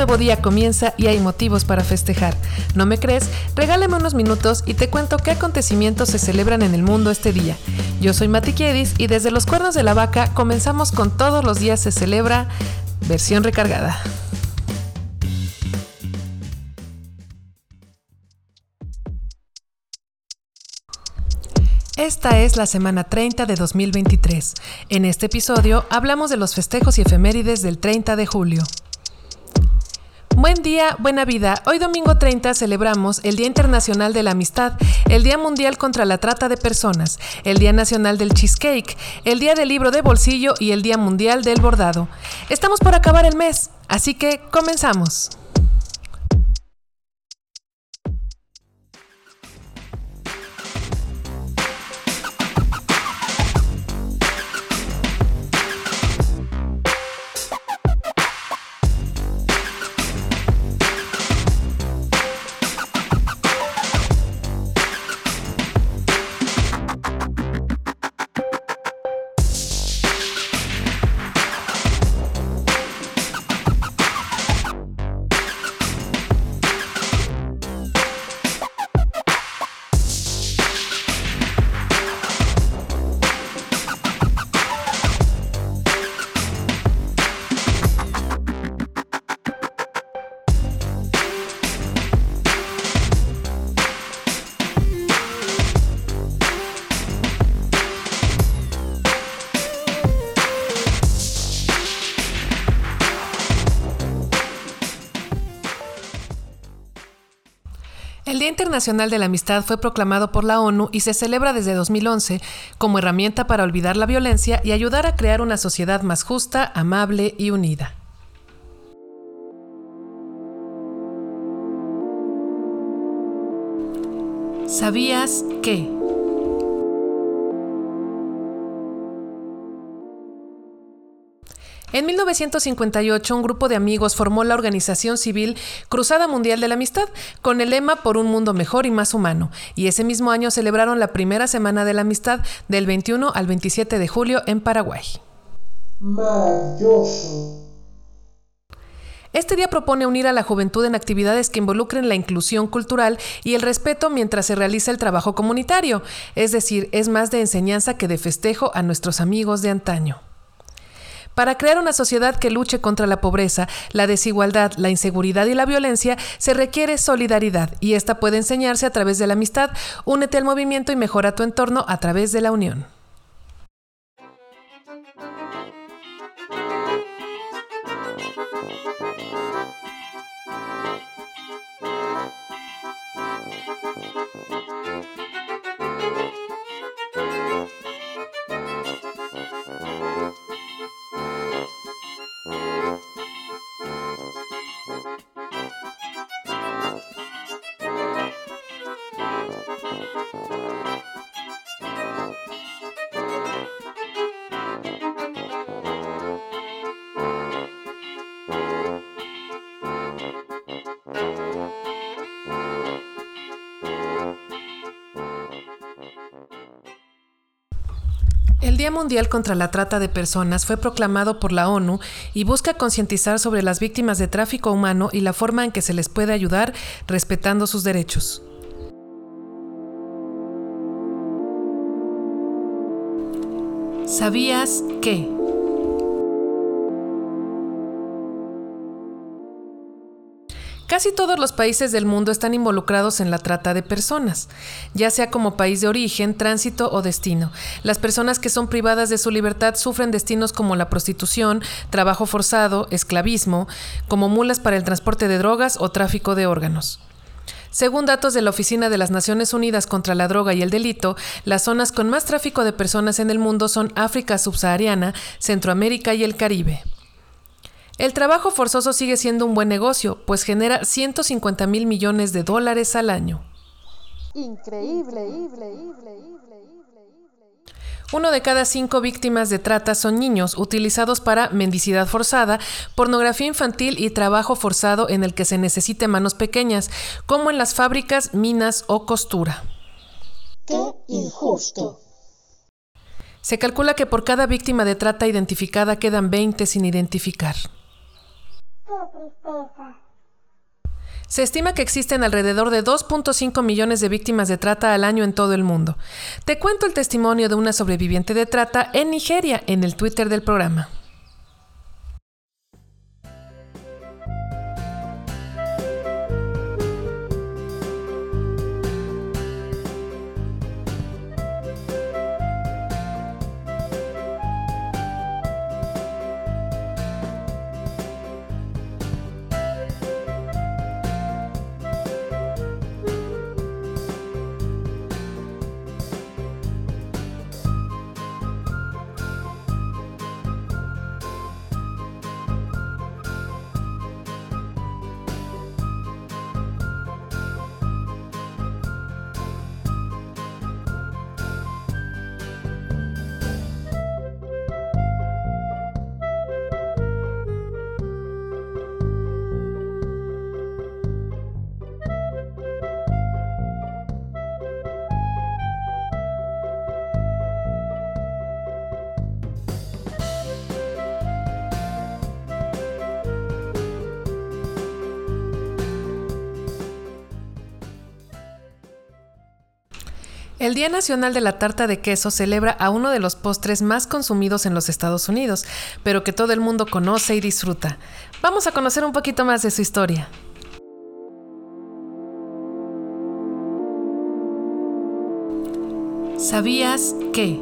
nuevo día comienza y hay motivos para festejar. ¿No me crees? Regálame unos minutos y te cuento qué acontecimientos se celebran en el mundo este día. Yo soy Mati Kiedis y desde los Cuernos de la Vaca comenzamos con Todos los días se celebra, versión recargada. Esta es la semana 30 de 2023. En este episodio hablamos de los festejos y efemérides del 30 de julio. Buen día, buena vida. Hoy domingo 30 celebramos el Día Internacional de la Amistad, el Día Mundial contra la Trata de Personas, el Día Nacional del Cheesecake, el Día del Libro de Bolsillo y el Día Mundial del Bordado. Estamos por acabar el mes, así que comenzamos. El Día Internacional de la Amistad fue proclamado por la ONU y se celebra desde 2011 como herramienta para olvidar la violencia y ayudar a crear una sociedad más justa, amable y unida. ¿Sabías que? En 1958, un grupo de amigos formó la organización civil Cruzada Mundial de la Amistad, con el lema Por un mundo mejor y más humano, y ese mismo año celebraron la primera Semana de la Amistad del 21 al 27 de julio en Paraguay. Maravilloso. Este día propone unir a la juventud en actividades que involucren la inclusión cultural y el respeto mientras se realiza el trabajo comunitario, es decir, es más de enseñanza que de festejo a nuestros amigos de antaño. Para crear una sociedad que luche contra la pobreza, la desigualdad, la inseguridad y la violencia, se requiere solidaridad, y esta puede enseñarse a través de la amistad. Únete al movimiento y mejora tu entorno a través de la unión. El Día Mundial contra la Trata de Personas fue proclamado por la ONU y busca concientizar sobre las víctimas de tráfico humano y la forma en que se les puede ayudar respetando sus derechos. ¿Sabías que? Casi todos los países del mundo están involucrados en la trata de personas, ya sea como país de origen, tránsito o destino. Las personas que son privadas de su libertad sufren destinos como la prostitución, trabajo forzado, esclavismo, como mulas para el transporte de drogas o tráfico de órganos. Según datos de la Oficina de las Naciones Unidas contra la Droga y el Delito, las zonas con más tráfico de personas en el mundo son África subsahariana, Centroamérica y el Caribe. El trabajo forzoso sigue siendo un buen negocio, pues genera 150,000 millones de dólares al año. Increíble. 1 de cada 5 víctimas de trata son niños, utilizados para mendicidad forzada, pornografía infantil y trabajo forzado en el que se necesite manos pequeñas, como en las fábricas, minas o costura. ¡Qué injusto! Se calcula que por cada víctima de trata identificada quedan 20 sin identificar. ¡Qué tristeza! Se estima que existen alrededor de 2.5 millones de víctimas de trata al año en todo el mundo. Te cuento el testimonio de una sobreviviente de trata en Nigeria en el Twitter del programa. El Día Nacional de la Tarta de Queso celebra a uno de los postres más consumidos en los Estados Unidos, pero que todo el mundo conoce y disfruta. Vamos a conocer un poquito más de su historia. ¿Sabías que?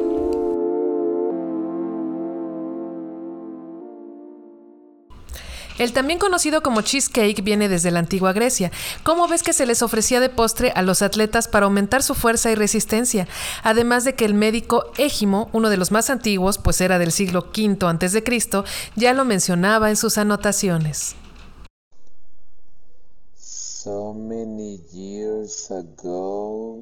El también conocido como cheesecake viene desde la antigua Grecia. ¿Cómo ves que se les ofrecía de postre a los atletas para aumentar su fuerza y resistencia? Además de que el médico Égimo, uno de los más antiguos, pues era del siglo V a.C., ya lo mencionaba en sus anotaciones. So many years ago.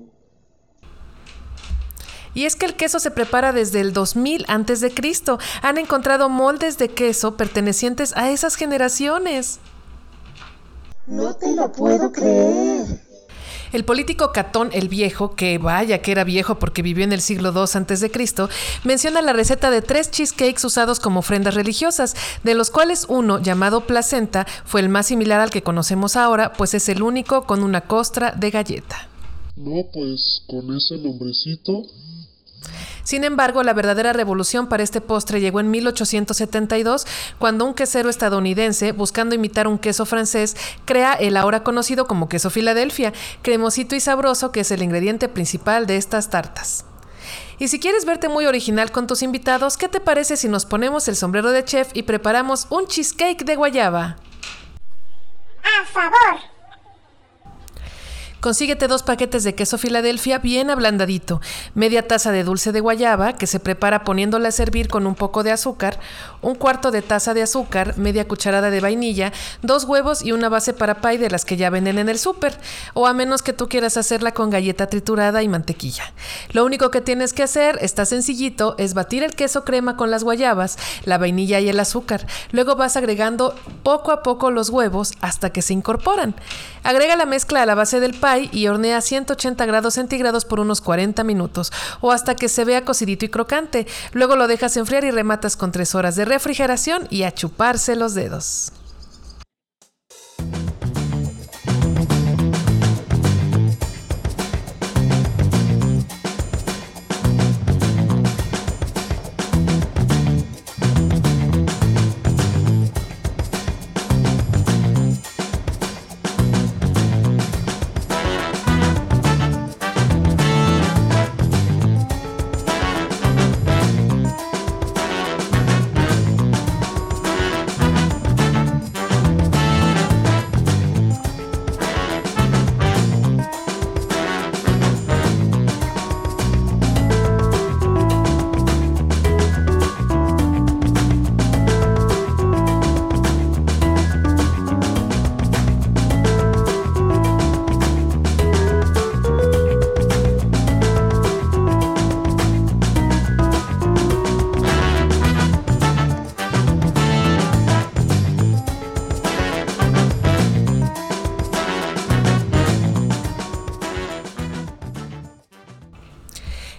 Y es que el queso se prepara desde el 2000 a.C. Han encontrado moldes de queso pertenecientes a esas generaciones. No te lo puedo creer. El político Catón el Viejo, que vaya que era viejo porque vivió en el siglo II a.C., menciona la receta de 3 cheesecakes usados como ofrendas religiosas, de los cuales uno, llamado placenta, fue el más similar al que conocemos ahora, pues es el único con una costra de galleta. No, pues con ese nombrecito. Sin embargo, la verdadera revolución para este postre llegó en 1872, cuando un quesero estadounidense, buscando imitar un queso francés, crea el ahora conocido como queso Filadelfia, cremosito y sabroso, que es el ingrediente principal de estas tartas. Y si quieres verte muy original con tus invitados, ¿qué te parece si nos ponemos el sombrero de chef y preparamos un cheesecake de guayaba? ¡A favor! Consíguete 2 paquetes de queso Filadelfia bien ablandadito, media taza de dulce de guayaba que se prepara poniéndola a servir con un poco de azúcar, 1/4 de taza de azúcar, media cucharada de vainilla, 2 huevos y una base para pie de las que ya venden en el súper, o a menos que tú quieras hacerla con galleta triturada y mantequilla. Lo único que tienes que hacer, está sencillito, es batir el queso crema con las guayabas, la vainilla y el azúcar. Luego vas agregando poco a poco los huevos hasta que se incorporan. Agrega la mezcla a la base del pie y hornea a 180 grados centígrados por unos 40 minutos o hasta que se vea cocidito y crocante. Luego lo dejas enfriar y rematas con 3 horas de refrigeración y a chuparse los dedos.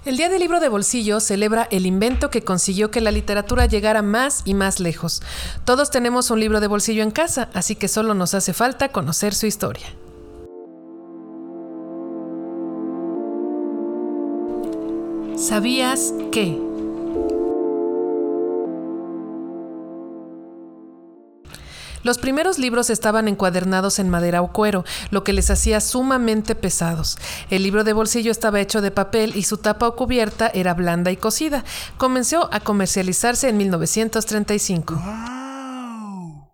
El Día del Libro de Bolsillo celebra el invento que consiguió que la literatura llegara más y más lejos. Todos tenemos un libro de bolsillo en casa, así que solo nos hace falta conocer su historia. ¿Sabías que? Los primeros libros estaban encuadernados en madera o cuero, lo que les hacía sumamente pesados. El libro de bolsillo estaba hecho de papel y su tapa o cubierta era blanda y cosida. Comenzó a comercializarse en 1935. ¡Wow!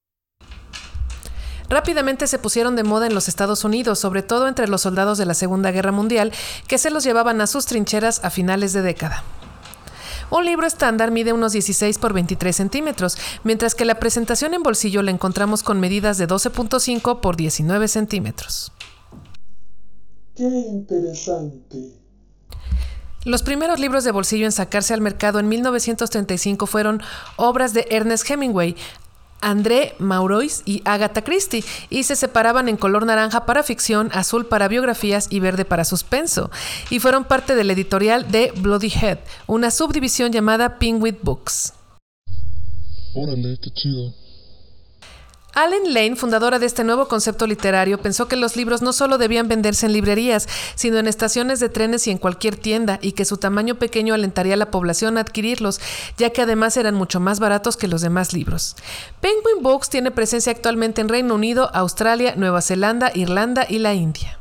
Rápidamente se pusieron de moda en los Estados Unidos, sobre todo entre los soldados de la Segunda Guerra Mundial, que se los llevaban a sus trincheras a finales de década. Un libro estándar mide unos 16 por 23 centímetros, mientras que la presentación en bolsillo la encontramos con medidas de 12.5 por 19 centímetros. ¡Qué interesante! Los primeros libros de bolsillo en sacarse al mercado en 1935 fueron obras de Ernest Hemingway, André Maurois y Agatha Christie, y se separaban en color naranja para ficción, azul para biografías y verde para suspenso, y fueron parte de la editorial de Bloody Head, una subdivisión llamada Penguin Books. Órale, qué chido. Allen Lane, fundadora de este nuevo concepto literario, pensó que los libros no solo debían venderse en librerías, sino en estaciones de trenes y en cualquier tienda, y que su tamaño pequeño alentaría a la población a adquirirlos, ya que además eran mucho más baratos que los demás libros. Penguin Books tiene presencia actualmente en Reino Unido, Australia, Nueva Zelanda, Irlanda y la India.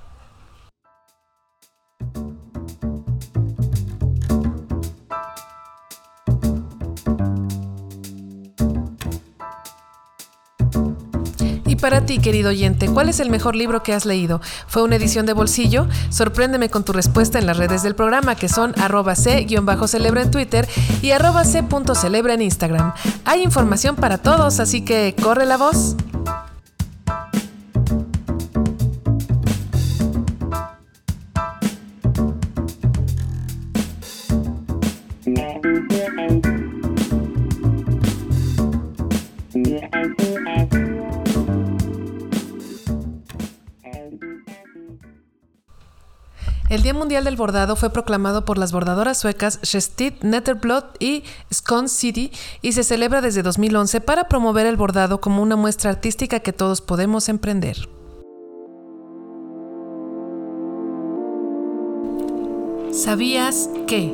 Y para ti, querido oyente, ¿cuál es el mejor libro que has leído? ¿Fue una edición de bolsillo? Sorpréndeme con tu respuesta en las redes del programa, que son @c_celebra en Twitter y @c.celebra en Instagram. Hay información para todos, así que corre la voz. El Día Mundial del Bordado fue proclamado por las bordadoras suecas Sjöstedt Netterblad y Skåne City y se celebra desde 2011 para promover el bordado como una muestra artística que todos podemos emprender. ¿Sabías que?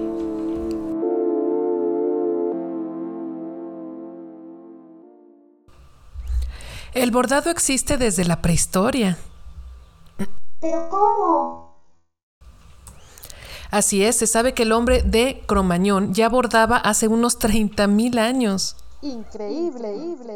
El bordado existe desde la prehistoria. ¿Pero cómo? Así es, se sabe que el hombre de Cromañón ya bordaba hace unos 30,000 años. Increíble.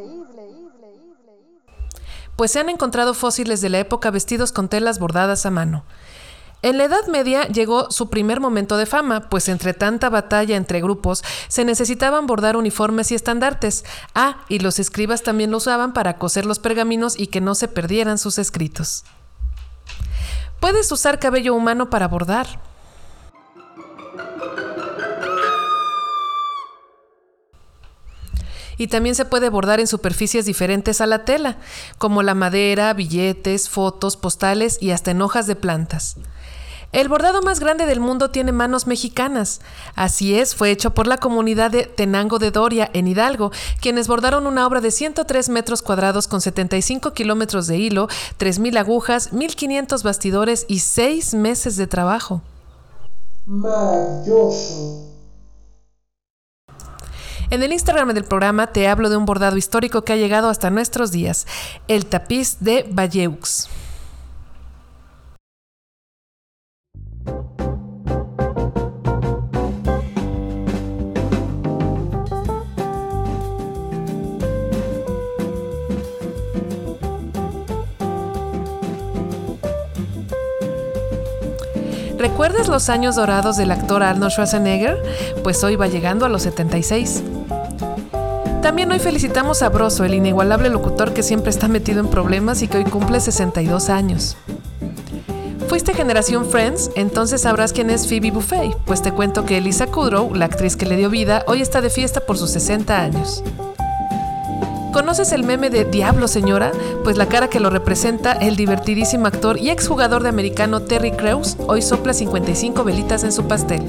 Pues se han encontrado fósiles de la época vestidos con telas bordadas a mano. En la Edad Media llegó su primer momento de fama, pues entre tanta batalla entre grupos se necesitaban bordar uniformes y estandartes. Y los escribas también lo usaban para coser los pergaminos y que no se perdieran sus escritos. Puedes usar cabello humano para bordar. Y también se puede bordar en superficies diferentes a la tela, como la madera, billetes, fotos, postales y hasta en hojas de plantas. El bordado más grande del mundo tiene manos mexicanas. Así es, fue hecho por la comunidad de Tenango de Doria, en Hidalgo, quienes bordaron una obra de 103 metros cuadrados con 75 kilómetros de hilo, 3,000 agujas, 1,500 bastidores y 6 meses de trabajo. Maravilloso. En el Instagram del programa te hablo de un bordado histórico que ha llegado hasta nuestros días, el tapiz de Valleux. ¿Recuerdas los años dorados del actor Arnold Schwarzenegger? Pues hoy va llegando a los 76. También hoy felicitamos a Broso, el inigualable locutor que siempre está metido en problemas y que hoy cumple 62 años. ¿Fuiste generación Friends? Entonces sabrás quién es Phoebe Buffay, pues te cuento que Lisa Kudrow, la actriz que le dio vida, hoy está de fiesta por sus 60 años. ¿Conoces el meme de Diablo, señora? Pues la cara que lo representa el divertidísimo actor y exjugador de americano Terry Crews hoy sopla 55 velitas en su pastel.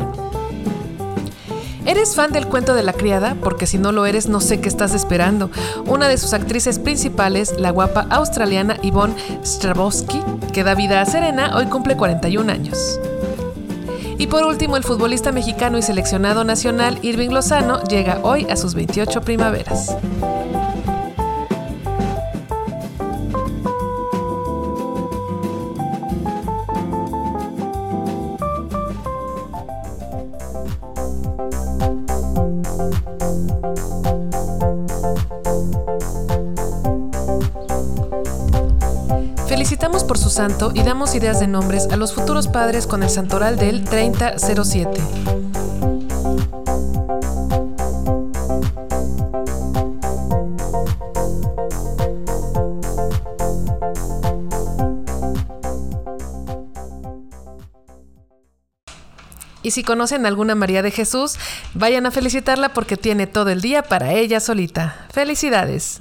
¿Eres fan del cuento de la criada? Porque si no lo eres, no sé qué estás esperando. Una de sus actrices principales, la guapa australiana Yvonne Strahovski, que da vida a Serena, hoy cumple 41 años. Y por último, el futbolista mexicano y seleccionado nacional Irving Lozano llega hoy a sus 28 primaveras. Felicitamos por su santo y damos ideas de nombres a los futuros padres con el santoral del 3007. Y si conocen alguna María de Jesús, vayan a felicitarla porque tiene todo el día para ella solita. ¡Felicidades!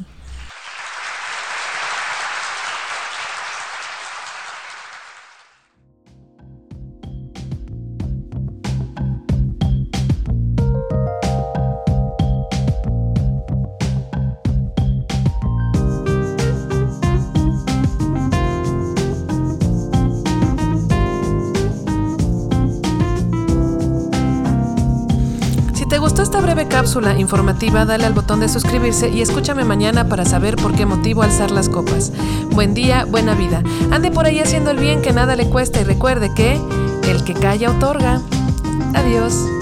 ¿Te gustó esta breve cápsula informativa? Dale al botón de suscribirse y escúchame mañana para saber por qué motivo alzar las copas. Buen día, buena vida. Ande por ahí haciendo el bien que nada le cuesta y recuerde que el que calla otorga. Adiós.